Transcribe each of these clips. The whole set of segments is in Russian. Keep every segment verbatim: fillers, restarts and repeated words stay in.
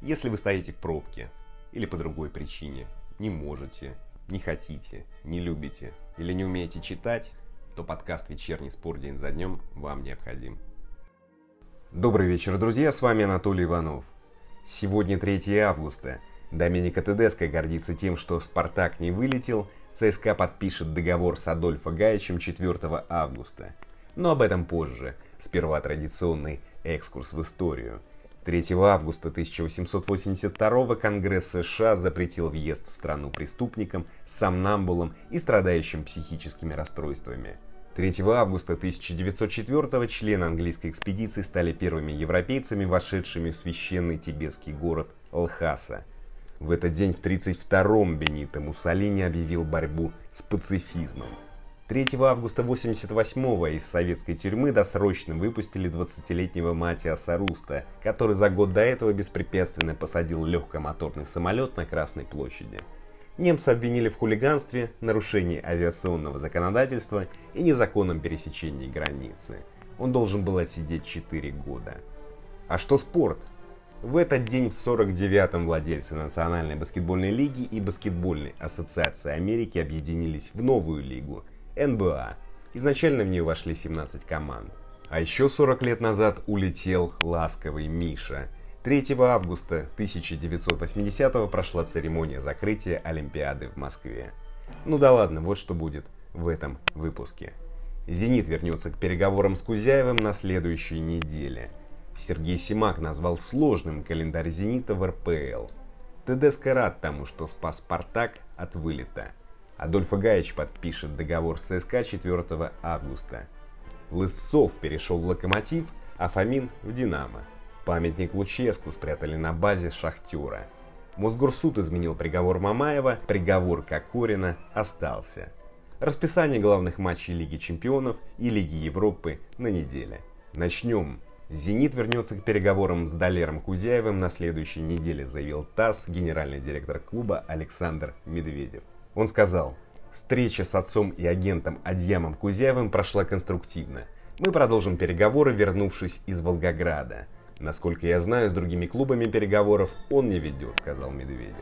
Если вы стоите в пробке или по другой причине, не можете, не хотите, не любите или не умеете читать, то подкаст «Вечерний спор день за днем» вам необходим. Добрый вечер, друзья, с вами Анатолий Иванов. Сегодня третьего августа. Доменико Тедеско гордится тем, что «Спартак» не вылетел, ЦСКА подпишет договор с Адольфо Гаичем четвёртого августа. Но об этом позже. Сперва традиционный экскурс в историю. третьего августа тысяча восемьсот восемьдесят второго Конгресс США запретил въезд в страну преступникам, сомнамбулам и страдающим психическими расстройствами. третьего августа тысяча девятьсот четвёртого члены английской экспедиции стали первыми европейцами, вошедшими в священный тибетский город Лхаса. В этот день в тридцать втором Бенито Муссолини объявил борьбу с пацифизмом. третьего августа восемьдесят восьмого из советской тюрьмы досрочно выпустили двадцатилетнего Матиаса Руста, который за год до этого беспрепятственно посадил легкомоторный самолет на Красной площади. Немца обвинили в хулиганстве, нарушении авиационного законодательства и незаконном пересечении границы. Он должен был отсидеть четыре года. А что спорт? В этот день в сорок девятом владельцы Национальной баскетбольной лиги и Баскетбольной ассоциации Америки объединились в новую лигу – эн бэ а. Изначально в нее вошли семнадцать команд. А еще сорок лет назад улетел ласковый Миша. третьего августа тысяча девятьсот восьмидесятого прошла церемония закрытия Олимпиады в Москве. Ну да ладно, вот что будет в этом выпуске. «Зенит» вернется к переговорам с Кузяевым на следующей неделе. Сергей Симак назвал сложным календарь «Зенита» в эр пэ эл. Тедеско рад тому, что спас «Спартак» от вылета. Адольфо Гаич подпишет договор с ЦСКА четвёртого августа. Лысцов перешел в «Локомотив», а Фомин в «Динамо». Памятник Луческу спрятали на базе «Шахтера». Мосгорсуд изменил приговор Мамаева, приговор Кокорина остался. Расписание главных матчей Лиги Чемпионов и Лиги Европы на неделе. Начнем. «Зенит» вернется к переговорам с Далером Кузяевым на следующей неделе, заявил ТАСС генеральный директор клуба Александр Медведев. Он сказал: «Встреча с отцом и агентом Адьямом Кузяевым прошла конструктивно. Мы продолжим переговоры, вернувшись из Волгограда. Насколько я знаю, с другими клубами переговоров он не ведет», — сказал Медведев.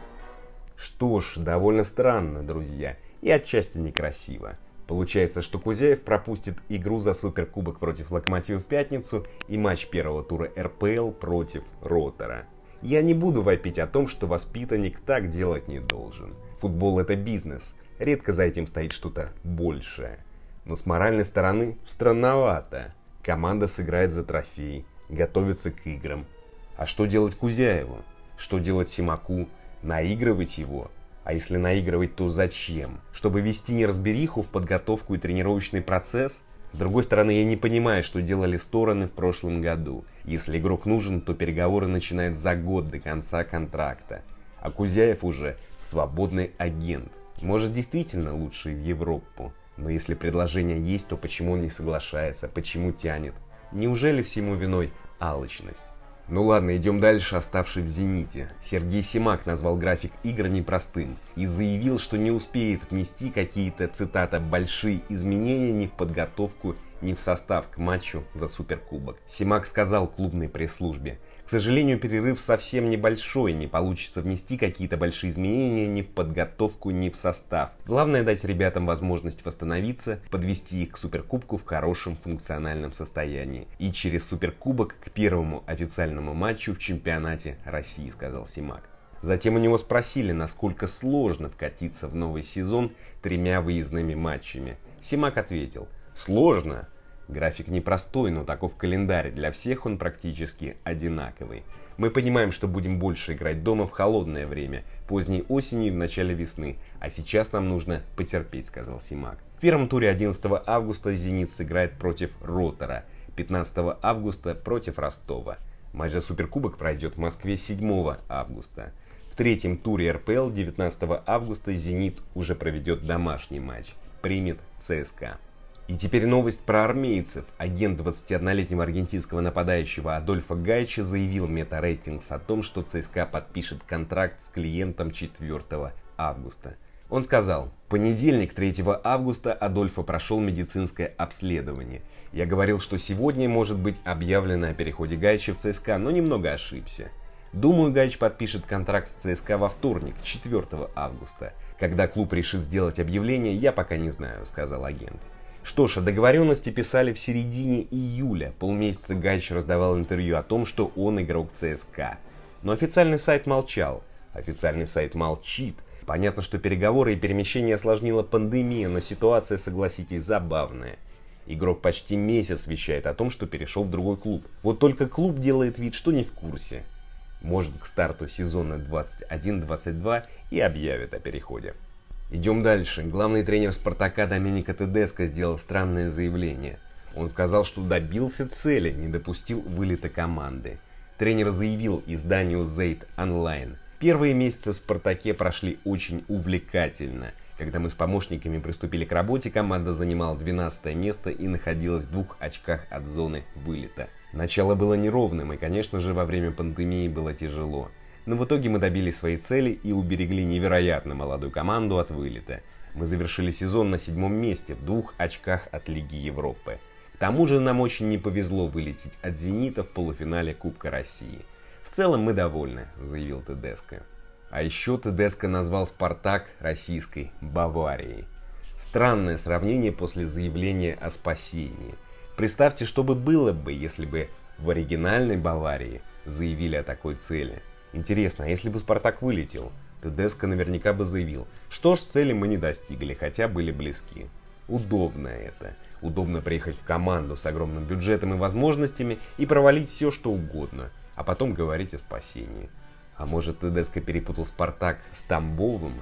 Что ж, довольно странно, друзья, и отчасти некрасиво. Получается, что Кузяев пропустит игру за суперкубок против Локомотива в пятницу и матч первого тура эр пэ эл против Ротора. Я не буду вопить о том, что воспитанник так делать не должен. Футбол — это бизнес, редко за этим стоит что-то большее. Но с моральной стороны странновато. Команда сыграет за трофей, готовится к играм. А что делать Кузяеву? Что делать Симаку? Наигрывать его? А если наигрывать, то зачем? Чтобы вести неразбериху в подготовку и тренировочный процесс? С другой стороны, я не понимаю, что делали стороны в прошлом году. Если игрок нужен, то переговоры начинают за год до конца контракта. А Кузяев уже свободный агент. Может, действительно лучше в Европу. Но если предложение есть, то почему он не соглашается? Почему тянет? Неужели всему виной алчность? Ну ладно, идем дальше, оставшись в «Зените». Сергей Симак назвал график игр непростым и заявил, что не успеет внести какие-то, цитата, «большие изменения» ни в подготовку, ни в состав к матчу за суперкубок. Симак сказал клубной пресс-службе: «К сожалению, перерыв совсем небольшой, не получится внести какие-то большие изменения ни в подготовку, ни в состав. Главное — дать ребятам возможность восстановиться, подвести их к суперкубку в хорошем функциональном состоянии. И через суперкубок к первому официальному матчу в чемпионате России», — сказал Симак. Затем у него спросили, насколько сложно вкатиться в новый сезон тремя выездными матчами. Симак ответил: «Сложно. График непростой, но таков календарь, для всех он практически одинаковый. Мы понимаем, что будем больше играть дома в холодное время, поздней осенью и в начале весны, а сейчас нам нужно потерпеть», — сказал Симак. В первом туре одиннадцатого августа «Зенит» сыграет против Ротора, пятнадцатого августа против Ростова. Матч за суперкубок пройдет в Москве седьмого августа. В третьем туре эр пэ эл девятнадцатого августа «Зенит» уже проведет домашний матч, примет ЦСКА. И теперь новость про армейцев. Агент двадцатиоднолетнего аргентинского нападающего Адольфо Гаича заявил Метарейтингс о том, что ЦСКА подпишет контракт с клиентом четвёртого августа. Он сказал: «В понедельник, третьего августа, Адольфо прошел медицинское обследование. Я говорил, что сегодня может быть объявлено о переходе Гаича в ЦСКА, но немного ошибся. Думаю, Гаич подпишет контракт с ЦСКА во вторник, четвёртого августа. Когда клуб решит сделать объявление, я пока не знаю, сказал агент. Что ж, о договоренности писали в середине июля. Полмесяца Гаич раздавал интервью о том, что он игрок ЦСКА. Но официальный сайт молчал. Официальный сайт молчит. Понятно, что переговоры и перемещения осложнила пандемия, но ситуация, согласитесь, забавная. Игрок почти месяц вещает о том, что перешел в другой клуб. Вот только клуб делает вид, что не в курсе. Может, к старту сезона двадцать один двадцать два и объявят о переходе. Идем дальше. Главный тренер «Спартака» Доменико Тедеско сделал странное заявление. Он сказал, что добился цели, не допустил вылета команды. Тренер заявил изданию зет онлайн: «Первые месяцы в «Спартаке» прошли очень увлекательно. Когда мы с помощниками приступили к работе, команда занимала двенадцатое место и находилась в двух очках от зоны вылета. Начало было неровным, и, конечно же, во время пандемии было тяжело. Но в итоге мы добились своей цели и уберегли невероятно молодую команду от вылета. Мы завершили сезон на седьмом месте, в двух очках от Лиги Европы. К тому же нам очень не повезло вылететь от «Зенита» в полуфинале Кубка России. В целом мы довольны», — заявил Тедеско. А еще Тедеско назвал «Спартак» российской Баварией. Странное сравнение после заявления о спасении. Представьте, что бы было бы, если бы в оригинальной Баварии заявили о такой цели. Интересно, а если бы «Спартак» вылетел? Тедеско наверняка бы заявил: что ж, цели мы не достигли, хотя были близки. Удобно это. Удобно приехать в команду с огромным бюджетом и возможностями и провалить все, что угодно, а потом говорить о спасении. А может, Тедеско перепутал «Спартак» с Тамбовым?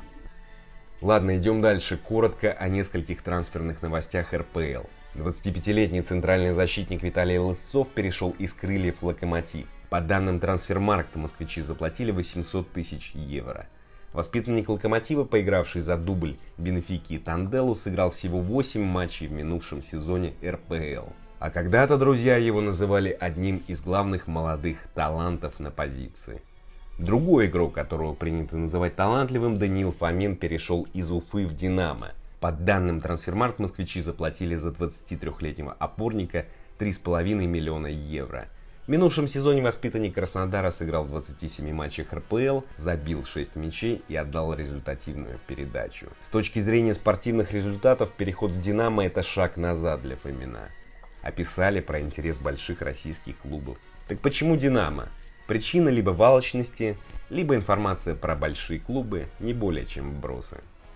Ладно, идем дальше. Коротко о нескольких трансферных новостях эр пэ эл. двадцатипятилетний центральный защитник Виталий Лысцов перешел из «Крыльев» в «Локомотив». По данным Трансфермаркта, москвичи заплатили восемьсот тысяч евро. Воспитанник «Локомотива», поигравший за дубль Бенфики Танделу, сыграл всего восемь матчей в минувшем сезоне эр пэ эл. А когда-то друзья его называли одним из главных молодых талантов на позиции. Другой игрок, которого принято называть талантливым, Даниил Фомин, перешел из Уфы в «Динамо». По данным Трансфермаркт, москвичи заплатили за двадцатитрёхлетнего опорника три с половиной миллиона евро. В минувшем сезоне воспитанник Краснодара сыграл в двадцати семи матчах эр пэ эл, забил шесть мячей и отдал результативную передачу. С точки зрения спортивных результатов, переход в «Динамо» — это шаг назад для Фомина. Описали про интерес больших российских клубов. Так почему «Динамо»? Причина либо в алчности, либо информация про большие клубы, не более чем вбросы.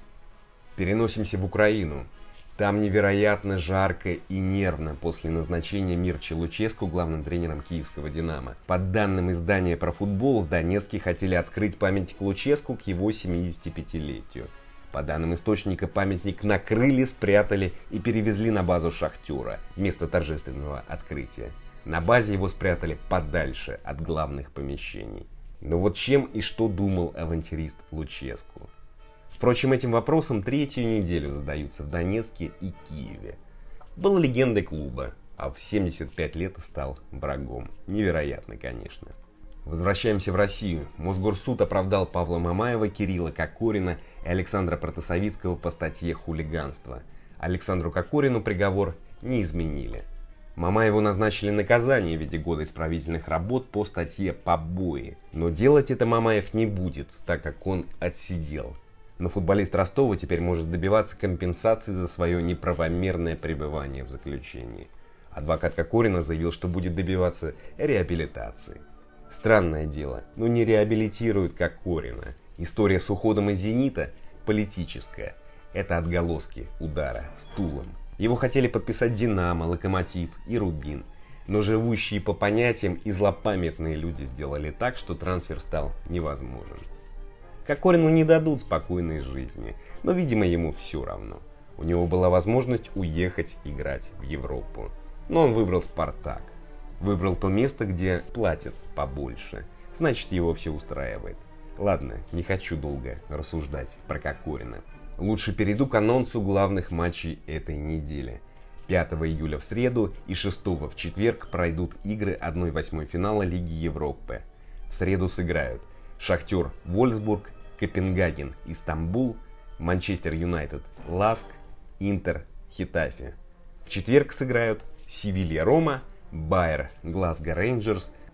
Переносимся в Украину. Там невероятно жарко и нервно после назначения Мирча Луческу главным тренером киевского «Динамо». По данным издания про футбол, в Донецке хотели открыть памятник Луческу к его семидесятипятилетию. По данным источника, памятник накрыли, спрятали и перевезли на базу «Шахтера» вместо торжественного открытия. На базе его спрятали подальше от главных помещений. Но вот чем и что думал авантюрист Луческу? Впрочем, этим вопросом третью неделю задаются в Донецке и Киеве. Был легендой клуба, а в семьдесят пять лет стал врагом. Невероятно, конечно. Возвращаемся в Россию. Мосгорсуд оправдал Павла Мамаева, Кирилла Кокорина и Александра Протасовицкого по статье «Хулиганство». Александру Кокорину приговор не изменили. Мамаеву назначили наказание в виде года исправительных работ по статье «Побои». Но делать это Мамаев не будет, так как он отсидел. Но футболист Ростова теперь может добиваться компенсации за свое неправомерное пребывание в заключении. Адвокат Кокорина заявил, что будет добиваться реабилитации. Странное дело, но не реабилитируют Кокорина. История с уходом из «Зенита» политическая. Это отголоски удара стулом. Его хотели подписать «Динамо», «Локомотив» и «Рубин». Но живущие по понятиям и злопамятные люди сделали так, что трансфер стал невозможен. Кокорину не дадут спокойной жизни, но, видимо, ему все равно. У него была возможность уехать играть в Европу. Но он выбрал «Спартак». Выбрал то место, где платят побольше. Значит, его все устраивает. Ладно, не хочу долго рассуждать про Кокорина. Лучше перейду к анонсу главных матчей этой недели. пятого июля в среду и шестого в четверг пройдут игры одна восьмая финала Лиги Европы. В среду сыграют Шахтер Вольсбург, Копенгаген Истамбул, Манчестер Юнайтед Ласк, Интер Хетафе. В четверг сыграют Севилья Рома, Байер Глазго Рейнджерс,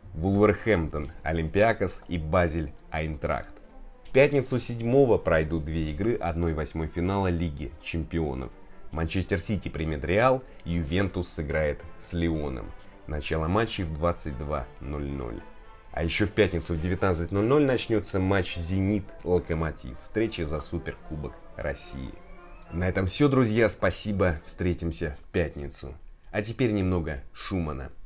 Вулверхэмптон, Олимпиакос и Базель, Айнтрахт. В пятницу седьмого пройдут две игры одна восьмая финала Лиги Чемпионов. Манчестер Сити примет Реал, Ювентус сыграет с Лионом. Начало матчей в двадцать два ноль ноль. А еще в пятницу в девятнадцать ноль ноль начнется матч «Зенит-Локомотив». Встреча за Суперкубок России. На этом все, друзья. Спасибо. Встретимся в пятницу. А теперь немного Шумана.